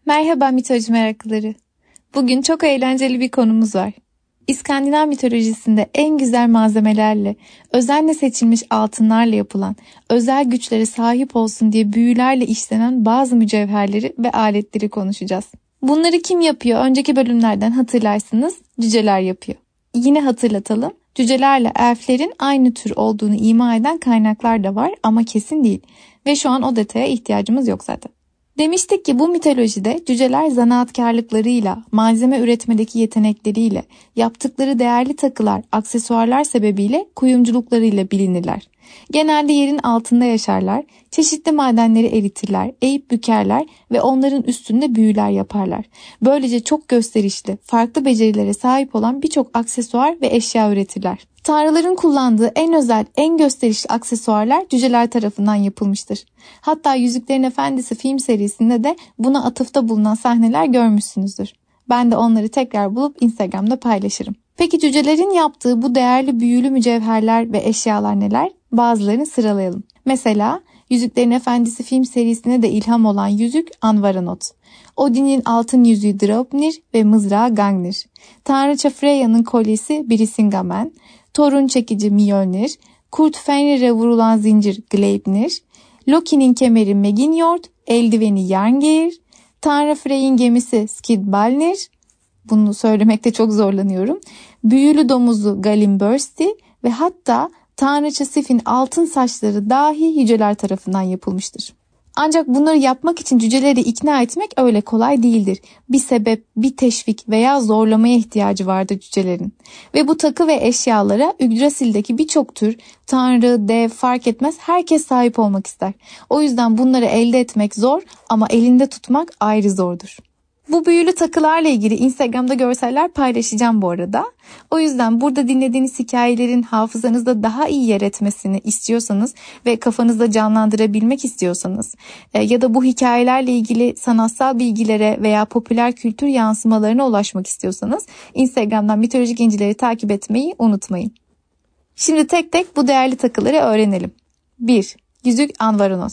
Merhaba mitoloji meraklıları. Bugün çok eğlenceli bir konumuz var. İskandinav mitolojisinde en güzel malzemelerle, özenle seçilmiş altınlarla yapılan, özel güçlere sahip olsun diye büyülerle işlenen bazı mücevherleri ve aletleri konuşacağız. Bunları kim yapıyor? Önceki bölümlerden hatırlarsınız, cüceler yapıyor. Yine hatırlatalım, cücelerle elflerin aynı tür olduğunu ima eden kaynaklar da var ama kesin değil. Ve şu an o detaya ihtiyacımız yok zaten. Demiştik ki bu mitolojide cüceler zanaatkarlıklarıyla, malzeme üretmedeki yetenekleriyle, yaptıkları değerli takılar, aksesuarlar sebebiyle kuyumculuklarıyla bilinirler. Genelde yerin altında yaşarlar, çeşitli madenleri eritirler, eğip bükerler ve onların üstünde büyüler yaparlar. Böylece çok gösterişli, farklı becerilere sahip olan birçok aksesuar ve eşya üretirler. Tanrıların kullandığı en özel, en gösterişli aksesuarlar cüceler tarafından yapılmıştır. Hatta Yüzüklerin Efendisi film serisinde de buna atıfta bulunan sahneler görmüşsünüzdür. Ben de onları tekrar bulup Instagram'da paylaşırım. Peki cücelerin yaptığı bu değerli büyülü mücevherler ve eşyalar neler? Bazılarını sıralayalım. Mesela Yüzüklerin Efendisi film serisine de ilham olan yüzük Anvaranot. Odin'in altın yüzüğü Draupnir ve mızrağı Gungnir. Tanrıça Freya'nın kolyesi Brisingamen. Thor'un çekici Mjolnir. Kurt Fenrir'e vurulan zincir Gleipnir. Loki'nin kemeri Meginjord. Eldiveni Jarngeir. Tanrı Frey'in gemisi Skidbladnir. Bunu söylemekte çok zorlanıyorum. Büyülü domuzu Galimbursti ve hatta Tanrıça Sif'in altın saçları dahi yüceler tarafından yapılmıştır. Ancak bunları yapmak için cüceleri ikna etmek öyle kolay değildir. Bir sebep, bir teşvik veya zorlamaya ihtiyacı vardır cücelerin. Ve bu takı ve eşyalara Yggdrasil'deki birçok tür, tanrı, dev fark etmez herkes sahip olmak ister. O yüzden bunları elde etmek zor ama elinde tutmak ayrı zordur. Bu büyülü takılarla ilgili Instagram'da görseller paylaşacağım bu arada. O yüzden burada dinlediğiniz hikayelerin hafızanızda daha iyi yer etmesini istiyorsanız ve kafanızda canlandırabilmek istiyorsanız ya da bu hikayelerle ilgili sanatsal bilgilere veya popüler kültür yansımalarına ulaşmak istiyorsanız Instagram'dan mitolojik incileri takip etmeyi unutmayın. Şimdi tek tek bu değerli takıları öğrenelim. 1. Yüzük Anvaranot.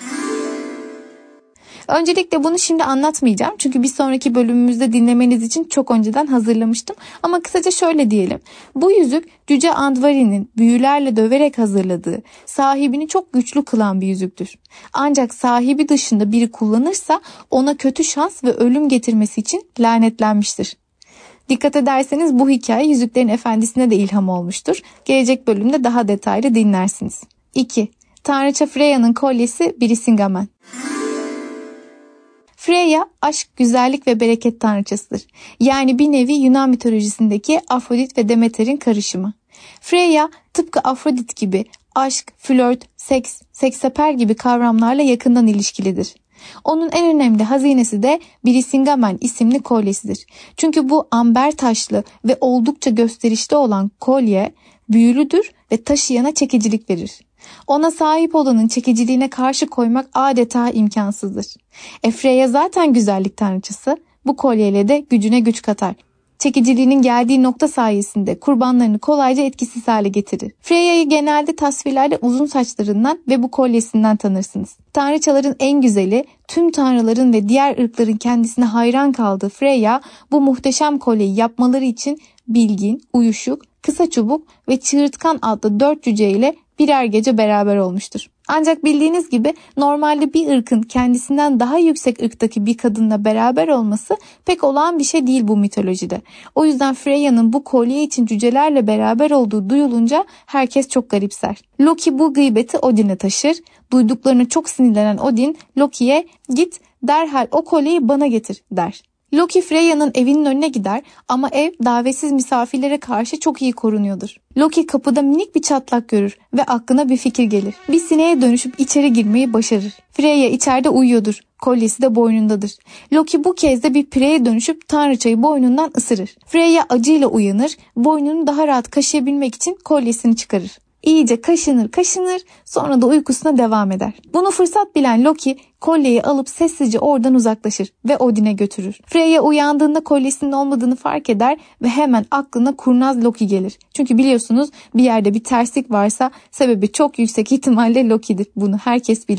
Öncelikle bunu şimdi anlatmayacağım çünkü bir sonraki bölümümüzde dinlemeniz için çok önceden hazırlamıştım. Ama kısaca şöyle diyelim. Bu yüzük Cüce Andvari'nin büyülerle döverek hazırladığı, sahibini çok güçlü kılan bir yüzüktür. Ancak sahibi dışında biri kullanırsa ona kötü şans ve ölüm getirmesi için lanetlenmiştir. Dikkat ederseniz bu hikaye Yüzüklerin Efendisi'ne de ilham olmuştur. Gelecek bölümde daha detaylı dinlersiniz. 2. Tanrıça Freya'nın kolyesi Brisingamen. Freya aşk, güzellik ve bereket tanrıçasıdır. Yani bir nevi Yunan mitolojisindeki Afrodit ve Demeter'in karışımı. Freya tıpkı Afrodit gibi aşk, flört, seks, sekseper gibi kavramlarla yakından ilişkilidir. Onun en önemli hazinesi de Brisingamen isimli kolyesidir. Çünkü bu amber taşlı ve oldukça gösterişli olan kolye büyülüdür ve taşıyana çekicilik verir. Ona sahip olanın çekiciliğine karşı koymak adeta imkansızdır. Freya zaten güzellik tanrıçası, bu kolyeyle de gücüne güç katar. Çekiciliğinin geldiği nokta sayesinde kurbanlarını kolayca etkisiz hale getirir. Freya'yı genelde tasvirlerde uzun saçlarından ve bu kolyesinden tanırsınız. Tanrıçaların en güzeli, tüm tanrıların ve diğer ırkların kendisine hayran kaldığı Freya, bu muhteşem kolyeyi yapmaları için bilgin, uyuşuk, kısa çubuk ve çığırtkan adlı 4 cüce ile birer gece beraber olmuştur. Ancak bildiğiniz gibi normalde bir ırkın kendisinden daha yüksek ırktaki bir kadınla beraber olması pek olağan bir şey değil bu mitolojide. O yüzden Freya'nın bu kolye için cücelerle beraber olduğu duyulunca herkes çok garipser. Loki bu gıybeti Odin'e taşır. Duyduklarına çok sinirlenen Odin Loki'ye "Git derhal o kolyeyi bana getir" der. Loki Freya'nın evinin önüne gider ama ev davetsiz misafirlere karşı çok iyi korunuyordur. Loki kapıda minik bir çatlak görür ve aklına bir fikir gelir. Bir sineğe dönüşüp içeri girmeyi başarır. Freya içeride uyuyordur. Kolyesi de boynundadır. Loki bu kez de bir pireye dönüşüp tanrıçayı boynundan ısırır. Freya acıyla uyanır, boynunu daha rahat kaşıyabilmek için kolyesini çıkarır. İyice kaşınır sonra da uykusuna devam eder. Bunu fırsat bilen Loki kolyeyi alıp sessizce oradan uzaklaşır ve Odin'e götürür. Freya uyandığında kolyesinin olmadığını fark eder ve hemen aklına kurnaz Loki gelir. Çünkü biliyorsunuz bir yerde bir terslik varsa sebebi çok yüksek ihtimalle Loki'dir. Bunu herkes bilir.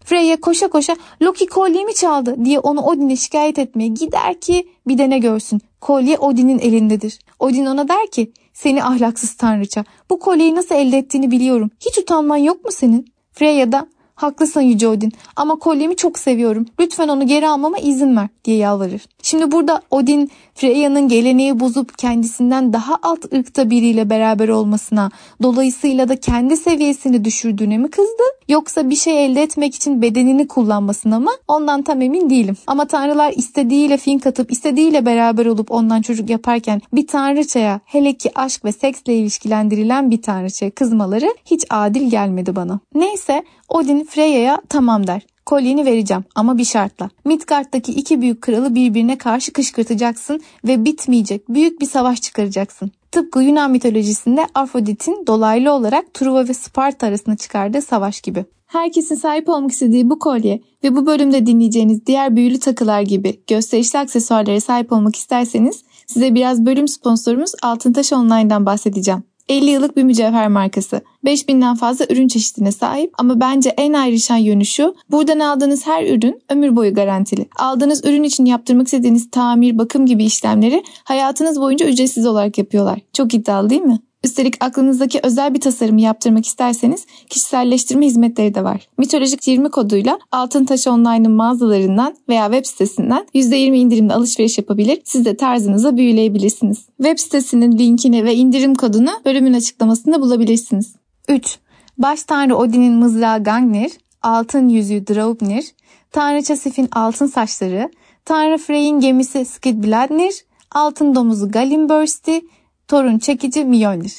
Freya koşa koşa Loki kolyemi çaldı diye onu Odin'e şikayet etmeye gider ki bir de ne görsün. Kolye Odin'in elindedir. Odin ona der ki seni ahlaksız tanrıça, bu kolyeyi nasıl elde ettiğini biliyorum. Hiç utanman yok mu senin? Freya da haklısın Yüce Odin ama kolyemi çok seviyorum. Lütfen onu geri almama izin ver diye yalvarır. Şimdi burada Odin Freya'nın geleneği bozup kendisinden daha alt ırkta biriyle beraber olmasına, dolayısıyla da kendi seviyesini düşürdüğüne mi kızdı? Yoksa bir şey elde etmek için bedenini kullanmasına mı? Ondan tam emin değilim. Ama tanrılar istediğiyle fink atıp istediğiyle beraber olup ondan çocuk yaparken bir tanrıçaya, hele ki aşk ve seksle ilişkilendirilen bir tanrıçaya kızmaları hiç adil gelmedi bana. Neyse Odin Freya'ya tamam der. Kolyeni vereceğim ama bir şartla. Midgard'daki iki büyük kralı birbirine karşı kışkırtacaksın ve bitmeyecek büyük bir savaş çıkaracaksın. Tıpkı Yunan mitolojisinde Afrodit'in dolaylı olarak Truva ve Sparta arasında çıkardığı savaş gibi. Herkesin sahip olmak istediği bu kolye ve bu bölümde dinleyeceğiniz diğer büyülü takılar gibi gösterişli aksesuarlara sahip olmak isterseniz size biraz bölüm sponsorumuz Altıntaş Online'dan bahsedeceğim. 50 yıllık bir mücevher markası. 5000'den fazla ürün çeşidine sahip ama bence en ayrışan yönü şu. Buradan aldığınız her ürün ömür boyu garantili. Aldığınız ürün için yaptırmak istediğiniz tamir, bakım gibi işlemleri hayatınız boyunca ücretsiz olarak yapıyorlar. Çok iddialı değil mi? Üstelik aklınızdaki özel bir tasarımı yaptırmak isterseniz kişiselleştirme hizmetleri de var. Mitolojik 20 koduyla Altıntaş Online'ın mağazalarından veya web sitesinden %20 indirimli alışveriş yapabilir. Siz de tarzınıza büyüleyebilirsiniz. Web sitesinin linkini ve indirim kodunu bölümün açıklamasında bulabilirsiniz. 3. Baş tanrı Odin'in mızrağı Gungnir, altın yüzüğü Draupnir, tanrıça Sif'in altın saçları, tanrı Frey'in gemisi Skidbladnir, altın domuzu Galimbursti, Thor'un çekici Mjolnir.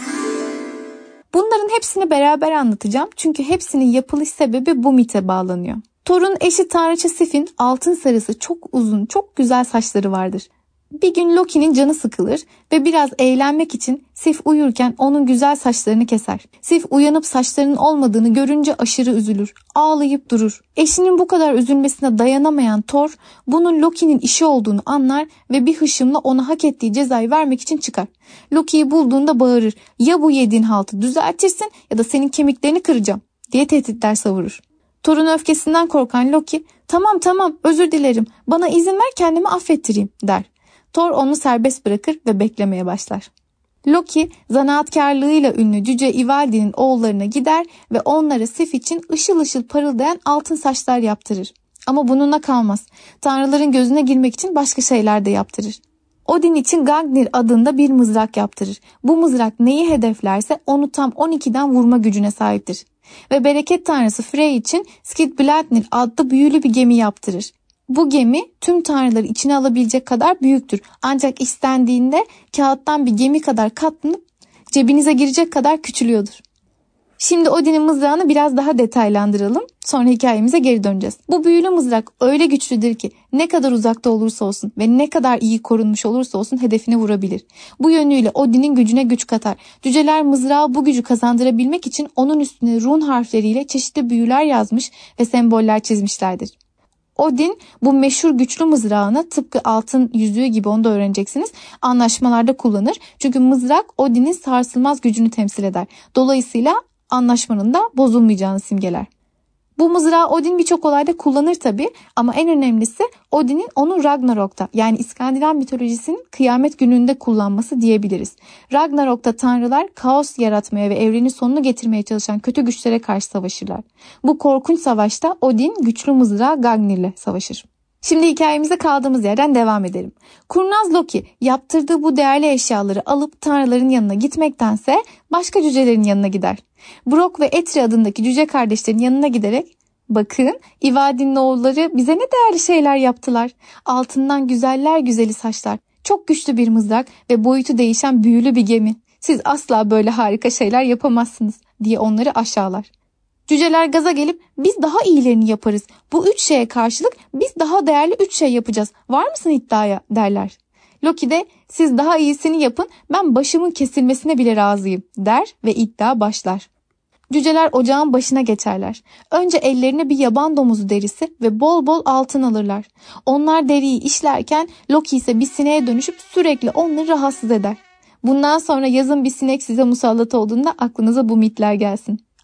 Bunların hepsini beraber anlatacağım çünkü hepsinin yapılış sebebi bu mite bağlanıyor. Thor'un eşi tanrıça Sif'in altın sarısı çok uzun, çok güzel saçları vardır. Bir gün Loki'nin canı sıkılır ve biraz eğlenmek için Sif uyurken onun güzel saçlarını keser. Sif uyanıp saçlarının olmadığını görünce aşırı üzülür. Ağlayıp durur. Eşinin bu kadar üzülmesine dayanamayan Thor bunun Loki'nin işi olduğunu anlar ve bir hışımla ona hak ettiği cezayı vermek için çıkar. Loki'yi bulduğunda bağırır. Ya bu yediğin haltı düzeltirsin ya da senin kemiklerini kıracağım diye tehditler savurur. Thor'un öfkesinden korkan Loki tamam özür dilerim bana izin ver kendimi affettireyim der. Thor onu serbest bırakır ve beklemeye başlar. Loki zanaatkarlığıyla ünlü cüce Ivaldi'nin oğullarına gider ve onlara Sif için ışıl ışıl parıldayan altın saçlar yaptırır. Ama bununla kalmaz. Tanrıların gözüne girmek için başka şeyler de yaptırır. Odin için Gungnir adında bir mızrak yaptırır. Bu mızrak neyi hedeflerse onu tam 12'den vurma gücüne sahiptir. Ve bereket tanrısı Frey için Skidbladnir adlı büyülü bir gemi yaptırır. Bu gemi tüm tanrıları içine alabilecek kadar büyüktür. Ancak istendiğinde kağıttan bir gemi kadar katlanıp cebinize girecek kadar küçülüyordur. Şimdi Odin'in mızrağını biraz daha detaylandıralım. Sonra hikayemize geri döneceğiz. Bu büyülü mızrak öyle güçlüdür ki ne kadar uzakta olursa olsun ve ne kadar iyi korunmuş olursa olsun hedefine vurabilir. Bu yönüyle Odin'in gücüne güç katar. Cüceler mızrağı bu gücü kazandırabilmek için onun üstüne run harfleriyle çeşitli büyüler yazmış ve semboller çizmişlerdir. Odin bu meşhur güçlü mızrağını tıpkı altın yüzüğü gibi onu da öğreneceksiniz anlaşmalarda kullanır. Çünkü mızrak Odin'in sarsılmaz gücünü temsil eder. Dolayısıyla anlaşmanın da bozulmayacağını simgeler. Bu mızrağı Odin birçok olayda kullanır tabii ama en önemlisi Odin'in onu Ragnarok'ta yani İskandinav mitolojisinin kıyamet gününde kullanması diyebiliriz. Ragnarok'ta tanrılar kaos yaratmaya ve evrenin sonunu getirmeye çalışan kötü güçlere karşı savaşırlar. Bu korkunç savaşta Odin güçlü mızrağı Gungnir'le savaşır. Şimdi hikayemize kaldığımız yerden devam edelim. Kurnaz Loki yaptırdığı bu değerli eşyaları alıp tanrıların yanına gitmektense başka cücelerin yanına gider. Brok ve Etri adındaki cüce kardeşlerin yanına giderek bakın Ivaldi'nin oğulları bize ne değerli şeyler yaptılar. Altından güzeller güzeli saçlar, çok güçlü bir mızrak ve boyutu değişen büyülü bir gemi. Siz asla böyle harika şeyler yapamazsınız diye onları aşağılar. Cüceler gaza gelip biz daha iyilerini yaparız. Bu 3 şeye karşılık biz daha değerli 3 şey yapacağız. Var mısın iddiaya derler. Loki de siz daha iyisini yapın ben başımın kesilmesine bile razıyım der ve iddia başlar. Cüceler ocağın başına geçerler. Önce ellerine bir yaban domuzu derisi ve bol bol altın alırlar. Onlar deriyi işlerken Loki ise bir sineğe dönüşüp sürekli onları rahatsız eder. Bundan sonra yazın bir sinek size musallat olduğunda aklınıza bu mitler gelsin.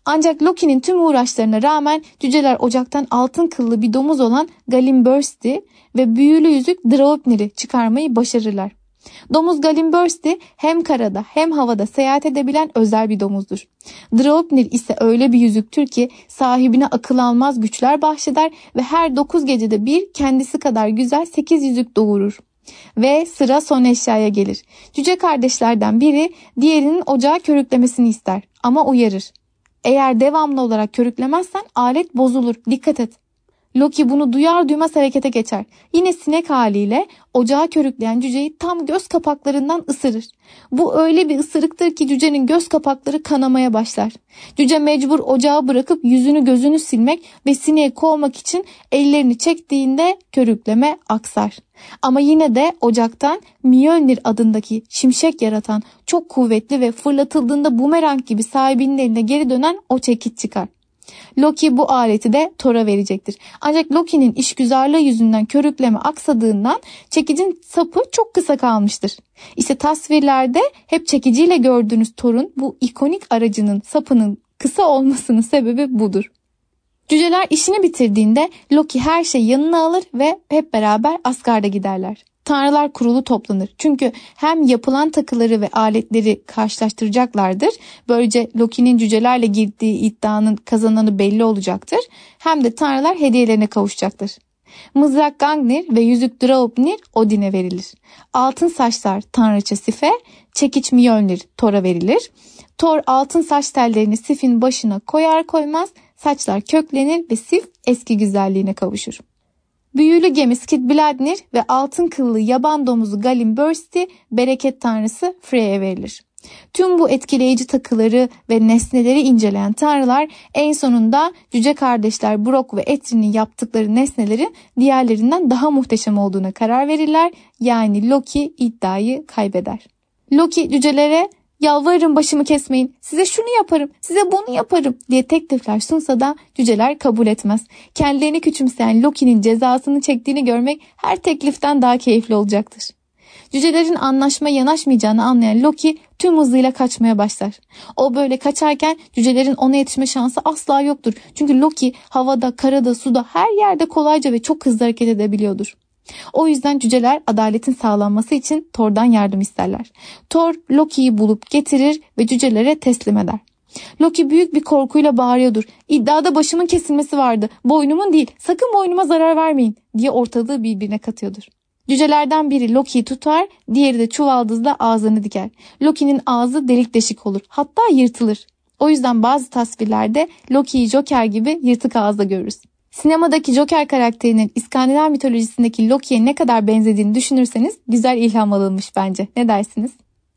Ancak Loki'nin tüm uğraşlarına rağmen cüceler ocaktan altın kıllı bir domuz olan Galimbersti ve büyülü yüzük Draupnir'i çıkarmayı başarırlar. Domuz Galimbersti hem karada hem havada seyahat edebilen özel bir domuzdur. Draupnir ise öyle bir yüzüktür ki sahibine akıl almaz güçler bahşeder ve her 9 gecede bir kendisi kadar güzel 8 yüzük doğurur. Ve sıra son eşyaya gelir. Cüce kardeşlerden biri diğerinin ocağı körüklemesini ister ama uyarır. Eğer devamlı olarak körüklemezsen alet bozulur, dikkat et. Loki bunu duyar duymaz harekete geçer. Yine sinek haliyle ocağı körükleyen cüceyi tam göz kapaklarından ısırır. Bu öyle bir ısırıktır ki cücenin göz kapakları kanamaya başlar. Cüce mecbur ocağı bırakıp yüzünü gözünü silmek ve sineği kovmak için ellerini çektiğinde körükleme aksar. Ama yine de ocaktan Mjolnir adındaki şimşek yaratan çok kuvvetli ve fırlatıldığında bumerang gibi sahibinin eline geri dönen o çekiç çıkar. Loki bu aleti de Thor'a verecektir. Ancak Loki'nin işgüzarlığı yüzünden körükleme aksadığından çekicin sapı çok kısa kalmıştır. İşte tasvirlerde hep çekiciyle gördüğünüz Thor'un bu ikonik aracının sapının kısa olmasının sebebi budur. Cüceler işini bitirdiğinde Loki her şeyi yanına alır ve hep beraber Asgard'a giderler. Tanrılar kurulu toplanır. Çünkü hem yapılan takıları ve aletleri karşılaştıracaklardır. Böylece Loki'nin cücelerle girdiği iddianın kazananı belli olacaktır. Hem de tanrılar hediyelerine kavuşacaktır. Mızrak Gungnir ve yüzük Draupnir Odin'e verilir. Altın saçlar tanrıça Sif'e, çekiç Mjolnir Thor'a verilir. Thor altın saç tellerini Sif'in başına koyar koymaz saçlar köklenir ve Sif eski güzelliğine kavuşur. Büyülü gemi Skidbladnir ve altın kıllı yaban domuzu Galimbersti bereket tanrısı Frey'e verilir. Tüm bu etkileyici takıları ve nesneleri inceleyen tanrılar en sonunda cüce kardeşler Brok ve Etri'nin yaptıkları nesnelerin diğerlerinden daha muhteşem olduğuna karar verirler. Yani Loki iddiayı kaybeder. Loki cücelere "Yalvarırım başımı kesmeyin, size şunu yaparım, size bunu yaparım" diye teklifler sunsa da cüceler kabul etmez. Kendilerini küçümseyen Loki'nin cezasını çektiğini görmek her tekliften daha keyifli olacaktır. Cücelerin anlaşmaya yanaşmayacağını anlayan Loki tüm hızıyla kaçmaya başlar. O böyle kaçarken cücelerin ona yetişme şansı asla yoktur. Çünkü Loki havada, karada, suda her yerde kolayca ve çok hızlı hareket edebiliyordur. O yüzden cüceler adaletin sağlanması için Thor'dan yardım isterler. Thor Loki'yi bulup getirir ve cücelere teslim eder. Loki büyük bir korkuyla bağırıyordur. "İddiada başımın kesilmesi vardı. Boynumun değil. Sakın boynuma zarar vermeyin" diye ortalığı birbirine katıyordur. Cücelerden biri Loki'yi tutar, diğeri de çuvaldızla ağzını diker. Loki'nin ağzı delik deşik olur. Hatta yırtılır. O yüzden bazı tasvirlerde Loki'yi Joker gibi yırtık ağızla görürüz. Sinemadaki Joker karakterinin İskandinav mitolojisindeki Loki'ye ne kadar benzediğini düşünürseniz güzel ilham alınmış bence. Ne dersiniz?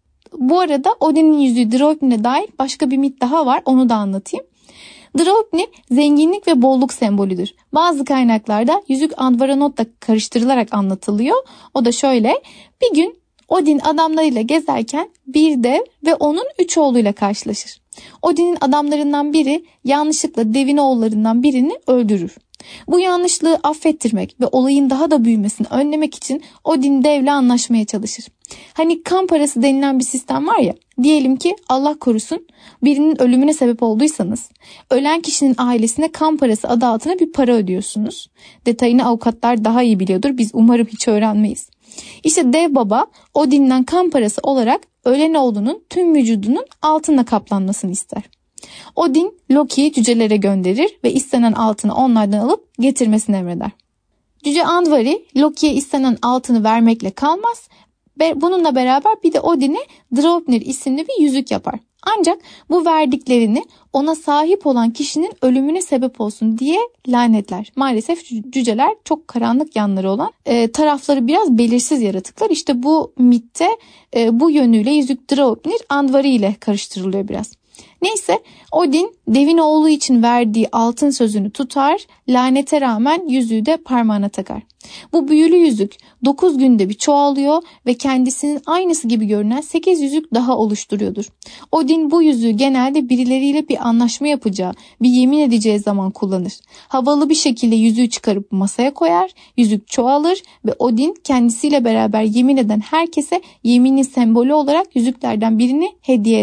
Bu arada Odin'in yüzüğü Draupnir'e dair başka bir mit daha var. Onu da anlatayım. Draupnir zenginlik ve bolluk sembolüdür. Bazı kaynaklarda yüzük Andvaranot'la karıştırılarak anlatılıyor. O da şöyle: bir gün Odin adamlarıyla gezerken bir dev ve onun 3 oğluyla karşılaşır. Odin'in adamlarından biri yanlışlıkla devin oğullarından birini öldürür. Bu yanlışlığı affettirmek ve olayın daha da büyümesini önlemek için Odin devle anlaşmaya çalışır. Hani kan parası denilen bir sistem var ya, diyelim ki Allah korusun birinin ölümüne sebep olduysanız ölen kişinin ailesine kan parası adı altına bir para ödüyorsunuz. Detayını avukatlar daha iyi biliyordur, biz umarım hiç öğrenmeyiz. İşte dev baba Odin'den kan parası olarak ölen oğlunun tüm vücudunun altınla kaplanmasını ister. Odin Loki'yi cücelere gönderir ve istenen altını onlardan alıp getirmesini emreder. Cüce Andvari Loki'ye istenen altını vermekle kalmaz ve bununla beraber bir de Odin'e Draupnir isimli bir yüzük yapar. Ancak bu verdiklerini ona sahip olan kişinin ölümüne sebep olsun diye lanetler. Maalesef cüceler çok karanlık yanları olan, tarafları biraz belirsiz yaratıklar. İşte bu mitte bu yönüyle yüzük Draupnir Andvari ile karıştırılıyor biraz. Neyse, Odin devin oğlu için verdiği altın sözünü tutar, lanete rağmen yüzüğü de parmağına takar. Bu büyülü yüzük 9 günde bir çoğalıyor ve kendisinin aynısı gibi görünen 8 yüzük daha oluşturuyordur. Odin bu yüzüğü genelde birileriyle bir anlaşma yapacağı, bir yemin edeceği zaman kullanır. Havalı bir şekilde yüzüğü çıkarıp masaya koyar, yüzük çoğalır ve Odin kendisiyle beraber yemin eden herkese yeminin sembolü olarak yüzüklerden birini hediye eder.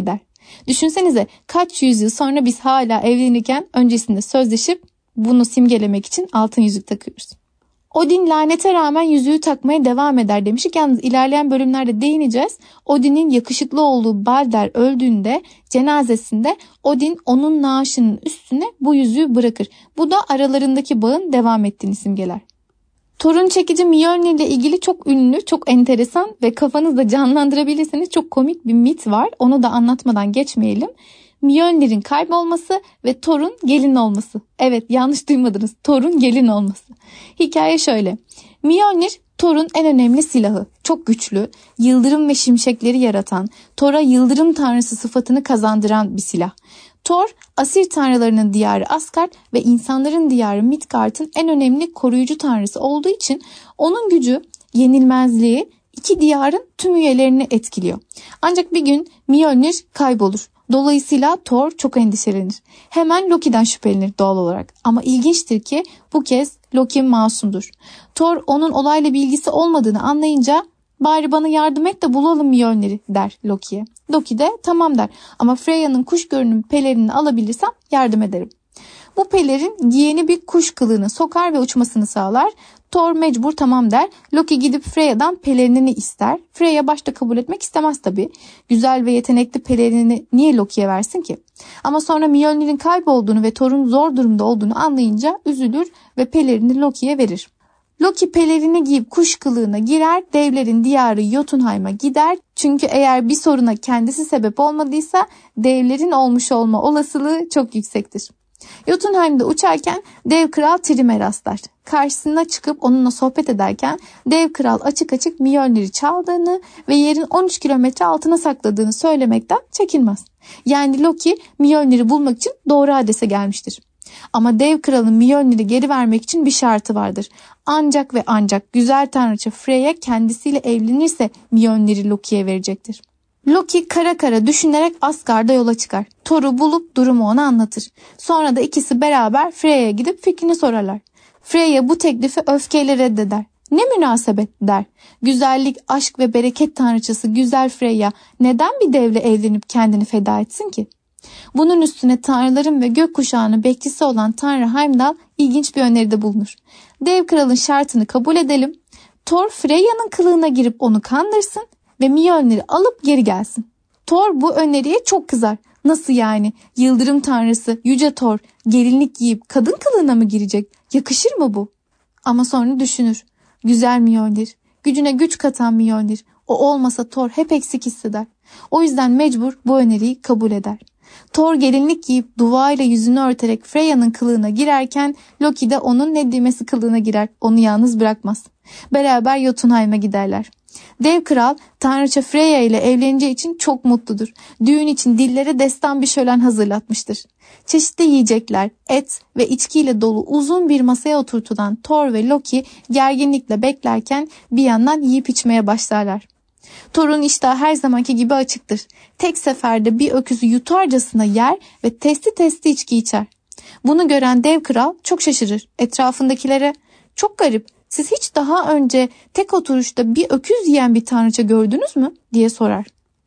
Düşünsenize kaç yüzyıl sonra biz hala evlenirken öncesinde sözleşip bunu simgelemek için altın yüzük takıyoruz. Odin lanete rağmen yüzüğü takmaya devam eder demiştik. Yalnız ilerleyen bölümlerde değineceğiz. Odin'in yakışıklı oğlu Balder öldüğünde cenazesinde Odin onun naaşının üstüne bu yüzüğü bırakır. Bu da aralarındaki bağın devam ettiğini simgeler. Thor'un çekici Mjolnir ile ilgili çok ünlü, çok enteresan ve kafanızda canlandırabilirseniz çok komik bir mit var. Onu da anlatmadan geçmeyelim. Mjolnir'in kaybolması ve Thor'un gelin olması. Evet, yanlış duymadınız. Thor'un gelin olması. Hikaye şöyle. Mjolnir Thor'un en önemli silahı. Çok güçlü, yıldırım ve şimşekleri yaratan, Thor'a yıldırım tanrısı sıfatını kazandıran bir silah. Thor, Asir tanrılarının diyarı Asgard ve insanların diyarı Midgard'ın en önemli koruyucu tanrısı olduğu için onun gücü, yenilmezliği iki diyarın tüm üyelerini etkiliyor. Ancak bir gün Mjolnir kaybolur. Dolayısıyla Thor çok endişelenir. Hemen Loki'den şüphelenir doğal olarak. Ama ilginçtir ki bu kez Loki masumdur. Thor onun olayla bir ilgisi olmadığını anlayınca bari bana yardım et de bulalım Mjolnir'i der Loki'ye. Loki de tamam der ama Freya'nın kuş görünümlü pelerinini alabilirsem yardım ederim. Bu pelerin giyeni bir kuş kılığını sokar ve uçmasını sağlar. Thor mecbur tamam der. Loki gidip Freya'dan pelerinini ister. Freya başta kabul etmek istemez tabii. Güzel ve yetenekli pelerinini niye Loki'ye versin ki? Ama sonra Mjolnir'in kaybolduğunu ve Thor'un zor durumda olduğunu anlayınca üzülür ve pelerini Loki'ye verir. Loki pelerini giyip kuş kılığına girer, devlerin diyarı Jotunheim'a gider. Çünkü eğer bir soruna kendisi sebep olmadıysa devlerin olmuş olma olasılığı çok yüksektir. Jotunheim'de uçarken dev kral Thrym'e rastlar. Karşısına çıkıp onunla sohbet ederken dev kral açık açık Mjolnir'i çaldığını ve yerin 13 kilometre altına sakladığını söylemekten çekinmez. Yani Loki Mjolnir'i bulmak için doğru adrese gelmiştir. Ama dev kralın Mjolnir'i geri vermek için bir şartı vardır. Ancak ve ancak güzel tanrıça Freya kendisiyle evlenirse Mjolnir'i Loki'ye verecektir. Loki kara kara düşünerek Asgard'a yola çıkar. Thor'u bulup durumu ona anlatır. Sonra da ikisi beraber Freya'ya gidip fikrini sorarlar. Freya bu teklifi öfkeyle reddeder. Ne münasebet der. Güzellik, aşk ve bereket tanrıçası güzel Freya neden bir devle evlenip kendini feda etsin ki? Bunun üstüne tanrıların ve gökkuşağının bekçisi olan Tanrı Heimdall ilginç bir öneride bulunur. Dev kralın şartını kabul edelim. Thor Freya'nın kılığına girip onu kandırsın ve Mjolnir'i alıp geri gelsin. Thor bu öneriye çok kızar. Nasıl yani? Yıldırım tanrısı Yüce Thor gelinlik giyip kadın kılığına mı girecek? Yakışır mı bu? Ama sonra düşünür. Güzel Mjolnir, gücüne güç katan Mjolnir. O olmasa Thor hep eksik hisseder. O yüzden mecbur bu öneriyi kabul eder. Thor gelinlik giyip duayla yüzünü örterek Freya'nın kılığına girerken Loki de onun Nedimesi kılığına girer. Onu yalnız bırakmaz. Beraber Jotunheim'a giderler. Dev kral tanrıça Freya ile evleneceği için çok mutludur. Düğün için dillere destan bir şölen hazırlatmıştır. Çeşitli yiyecekler, et ve içkiyle dolu uzun bir masaya oturtulan Thor ve Loki gerginlikle beklerken bir yandan yiyip içmeye başlarlar. Thor'un iştahı her zamanki gibi açıktır. Tek seferde bir öküzü yutarcasına yer ve testi testi içki içer. Bunu gören dev kral çok şaşırır. Etrafındakilere çok garip, siz hiç daha önce tek oturuşta bir öküz yiyen bir tanrıça gördünüz mü diye sorar.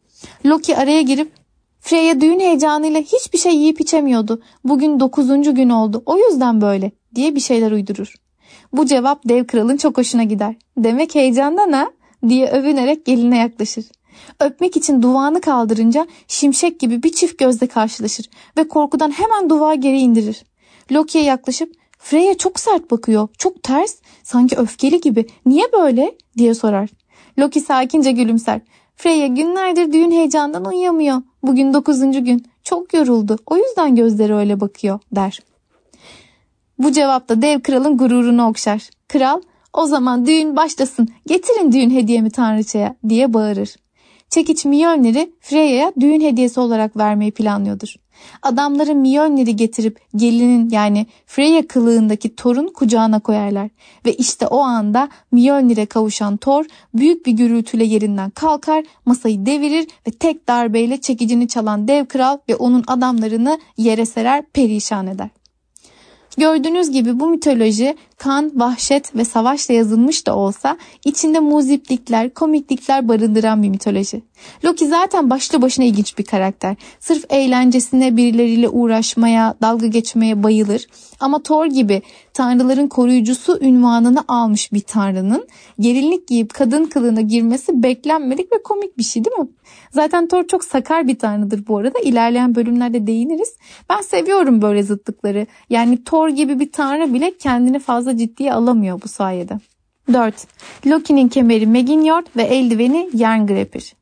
Loki araya girip Freya düğün heyecanıyla hiçbir şey yiyip içemiyordu. Bugün 9. gün oldu, o yüzden böyle diye bir şeyler uydurur. Bu cevap dev kralın çok hoşuna gider. Demek heyecandan ha diye övünerek geline yaklaşır. Öpmek için duvağını kaldırınca şimşek gibi bir çift gözle karşılaşır ve korkudan hemen duvağı geri indirir. Loki'ye yaklaşıp Freya çok sert bakıyor, çok ters, sanki öfkeli gibi. Niye böyle diye sorar. Loki sakince gülümser. Freya günlerdir düğün heyecandan uyuyamıyor. Bugün 9. gün. Çok yoruldu. O yüzden gözleri öyle bakıyor der. Bu cevapta dev kralın gururunu okşar. Kral, o zaman düğün başlasın, getirin düğün hediyemi tanrıçaya diye bağırır. Çekiç Mjolnir'i Freya'ya düğün hediyesi olarak vermeyi planlıyordur. Adamları Mjolnir'i getirip gelinin yani Freya kılığındaki Thor'un kucağına koyarlar. Ve işte o anda Mjolnir'e kavuşan Thor büyük bir gürültüyle yerinden kalkar, masayı devirir ve tek darbeyle çekicini çalan dev kral ve onun adamlarını yere serer, perişan eder. Gördüğünüz gibi bu mitoloji kan, vahşet ve savaşla yazılmış da olsa içinde muziplikler, komiklikler barındıran bir mitoloji. Loki zaten başlı başına ilginç bir karakter. Sırf eğlencesine birileriyle uğraşmaya, dalga geçmeye bayılır. Ama Thor gibi tanrıların koruyucusu unvanını almış bir tanrının gelinlik giyip kadın kılığına girmesi beklenmedik ve komik bir şey değil mi? Zaten Thor çok sakar bir tanrıdır bu arada. İlerleyen bölümlerde değiniriz. Ben seviyorum böyle zıtlıkları. Yani Thor gibi bir tanrı bile kendini fazla ciddiye alamıyor bu sayede. 4. Loki'nin kemeri Megingjord ve eldiveni Jerngripr.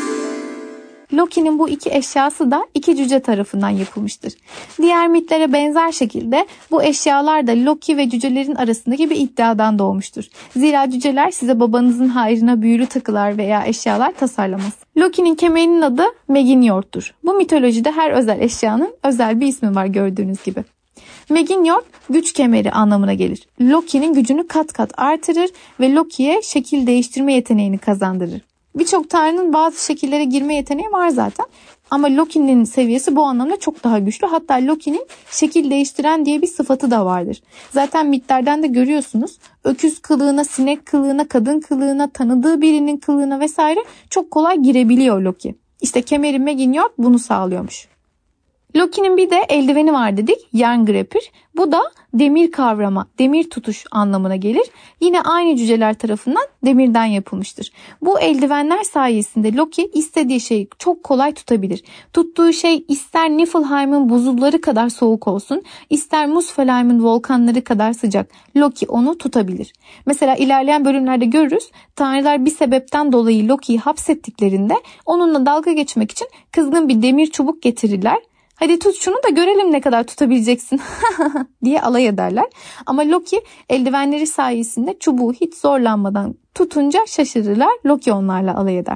Loki'nin bu iki eşyası da iki cüce tarafından yapılmıştır. Diğer mitlere benzer şekilde bu eşyalar da Loki ve cücelerin arasındaki bir iddiadan doğmuştur. Zira cüceler size babanızın hayrına büyülü takılar veya eşyalar tasarlamaz. Loki'nin kemerinin adı Megingjord'dur. Bu mitolojide her özel eşyanın özel bir ismi var gördüğünüz gibi. Megingjord güç kemeri anlamına gelir. Loki'nin gücünü kat kat artırır ve Loki'ye şekil değiştirme yeteneğini kazandırır. Birçok tanrının bazı şekillere girme yeteneği var zaten. Ama Loki'nin seviyesi bu anlamda çok daha güçlü. Hatta Loki'nin şekil değiştiren diye bir sıfatı da vardır. Zaten mitlerden de görüyorsunuz. Öküz kılığına, sinek kılığına, kadın kılığına, tanıdığı birinin kılığına vesaire çok kolay girebiliyor Loki. İşte kemeri Megingjord bunu sağlıyormuş. Loki'nin bir de eldiveni var dedik. Jerngripr. Bu da demir kavrama, demir tutuş anlamına gelir. Yine aynı cüceler tarafından demirden yapılmıştır. Bu eldivenler sayesinde Loki istediği şeyi çok kolay tutabilir. Tuttuğu şey ister Niflheim'in buzulları kadar soğuk olsun, ister Muspelheim'in volkanları kadar sıcak. Loki onu tutabilir. Mesela ilerleyen bölümlerde görürüz. Tanrılar bir sebepten dolayı Loki'yi hapsettiklerinde onunla dalga geçmek için kızgın bir demir çubuk getirirler. Hadi tut şunu da görelim ne kadar tutabileceksin diye alay ederler. Ama Loki eldivenleri sayesinde çubuğu hiç zorlanmadan tutunca şaşırırlar. Loki onlarla alay eder.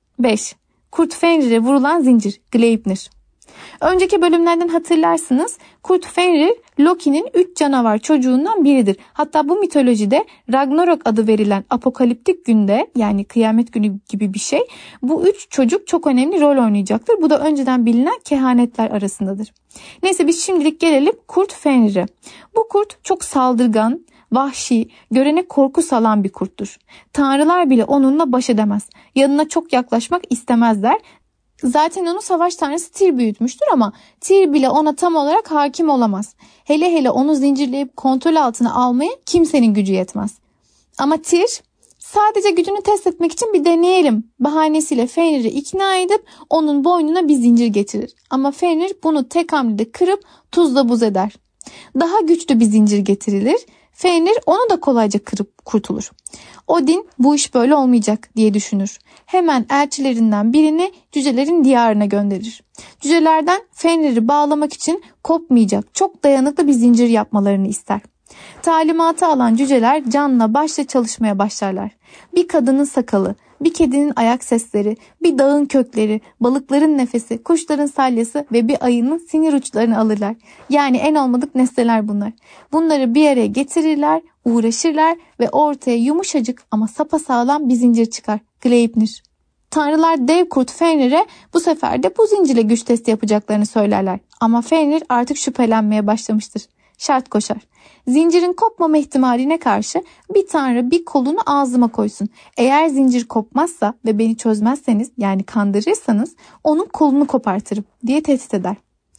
5. Kurt Fenrir'e vurulan zincir Gleipnir. Önceki bölümlerden hatırlarsınız. Kurt Fenrir Loki'nin 3 canavar çocuğundan biridir. Hatta bu mitolojide Ragnarok adı verilen apokaliptik günde yani kıyamet günü gibi bir şey. Bu 3 çocuk çok önemli rol oynayacaktır. Bu da önceden bilinen kehanetler arasındadır. Neyse biz şimdilik gelelim Kurt Fenrir'e. Bu kurt çok saldırgan, vahşi, görene korku salan bir kurttur. Tanrılar bile onunla baş edemez. Yanına çok yaklaşmak istemezler. Zaten onu savaş tanrısı Tyr büyütmüştür ama Tyr bile ona tam olarak hakim olamaz. Hele hele onu zincirleyip kontrol altına almaya kimsenin gücü yetmez. Ama Tyr sadece gücünü test etmek için bir deneyelim bahanesiyle Fenrir'i ikna edip onun boynuna bir zincir getirir. Ama Fenrir bunu tek hamlede kırıp tuzla buz eder. Daha güçlü bir zincir getirilir. Fenrir onu da kolayca kırıp kurtulur. Odin bu iş böyle olmayacak diye düşünür. Hemen elçilerinden birini cücelerin diyarına gönderir. Cücelerden Fenrir'i bağlamak için kopmayacak çok dayanıklı bir zincir yapmalarını ister. Talimatı alan cüceler canla başla çalışmaya başlarlar. Bir kadının sakalı, bir kedinin ayak sesleri, bir dağın kökleri, balıkların nefesi, kuşların salyası ve bir ayının sinir uçlarını alırlar. Yani en olmadık nesneler bunlar. Bunları bir araya getirirler, uğraşırlar ve ortaya yumuşacık ama sapasağlam bir zincir çıkar. Gleipnir. Tanrılar dev kurt Fenrir'e bu sefer de bu zincirle güç testi yapacaklarını söylerler. Ama Fenrir artık şüphelenmeye başlamıştır. Şart koşar. Zincirin kopmama ihtimaline karşı bir tanrı bir kolunu ağzıma koysun. Eğer zincir kopmazsa ve beni çözmezseniz yani kandırırsanız onun kolunu kopartırım diye tehdit eder.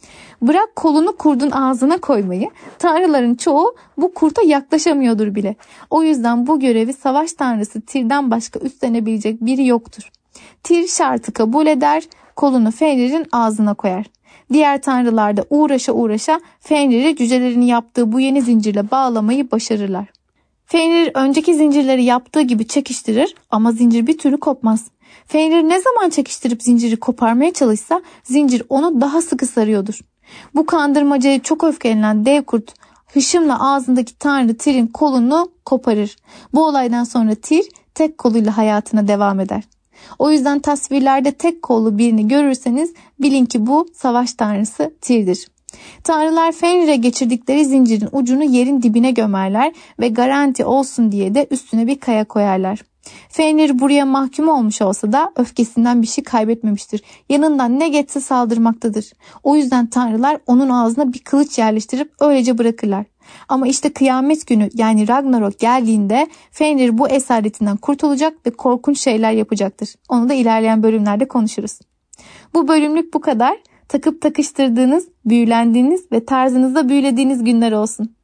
Bırak kolunu kurdun ağzına koymayı, tanrıların çoğu bu kurta yaklaşamıyordur bile. O yüzden bu görevi savaş tanrısı Tyr'den başka üstlenebilecek biri yoktur. Tyr şartı kabul eder, kolunu Fenrir'in ağzına koyar. Diğer tanrılar da uğraşa uğraşa Fenrir'i cücelerin yaptığı bu yeni zincirle bağlamayı başarırlar. Fenrir önceki zincirleri yaptığı gibi çekiştirir ama zincir bir türlü kopmaz. Fenrir ne zaman çekiştirip zinciri koparmaya çalışsa zincir onu daha sıkı sarıyordur. Bu kandırmacaya çok öfkelenen dev kurt hışımla ağzındaki tanrı Tyr'in kolunu koparır. Bu olaydan sonra Tyr tek koluyla hayatına devam eder. O yüzden tasvirlerde tek kollu birini görürseniz bilin ki bu savaş tanrısı Tyr'dir. Tanrılar Fenrir'e geçirdikleri zincirin ucunu yerin dibine gömerler ve garanti olsun diye de üstüne bir kaya koyarlar. Fenrir buraya mahkum olmuş olsa da öfkesinden bir şey kaybetmemiştir. Yanından ne geçse saldırmaktadır. O yüzden tanrılar onun ağzına bir kılıç yerleştirip öylece bırakırlar. Ama işte kıyamet günü yani Ragnarok geldiğinde Fenrir bu esaretinden kurtulacak ve korkunç şeyler yapacaktır. Onu da ilerleyen bölümlerde konuşuruz. Bu bölümlük bu kadar. Takıp takıştırdığınız, büyülendiğiniz ve tarzınızda büyülediğiniz günler olsun.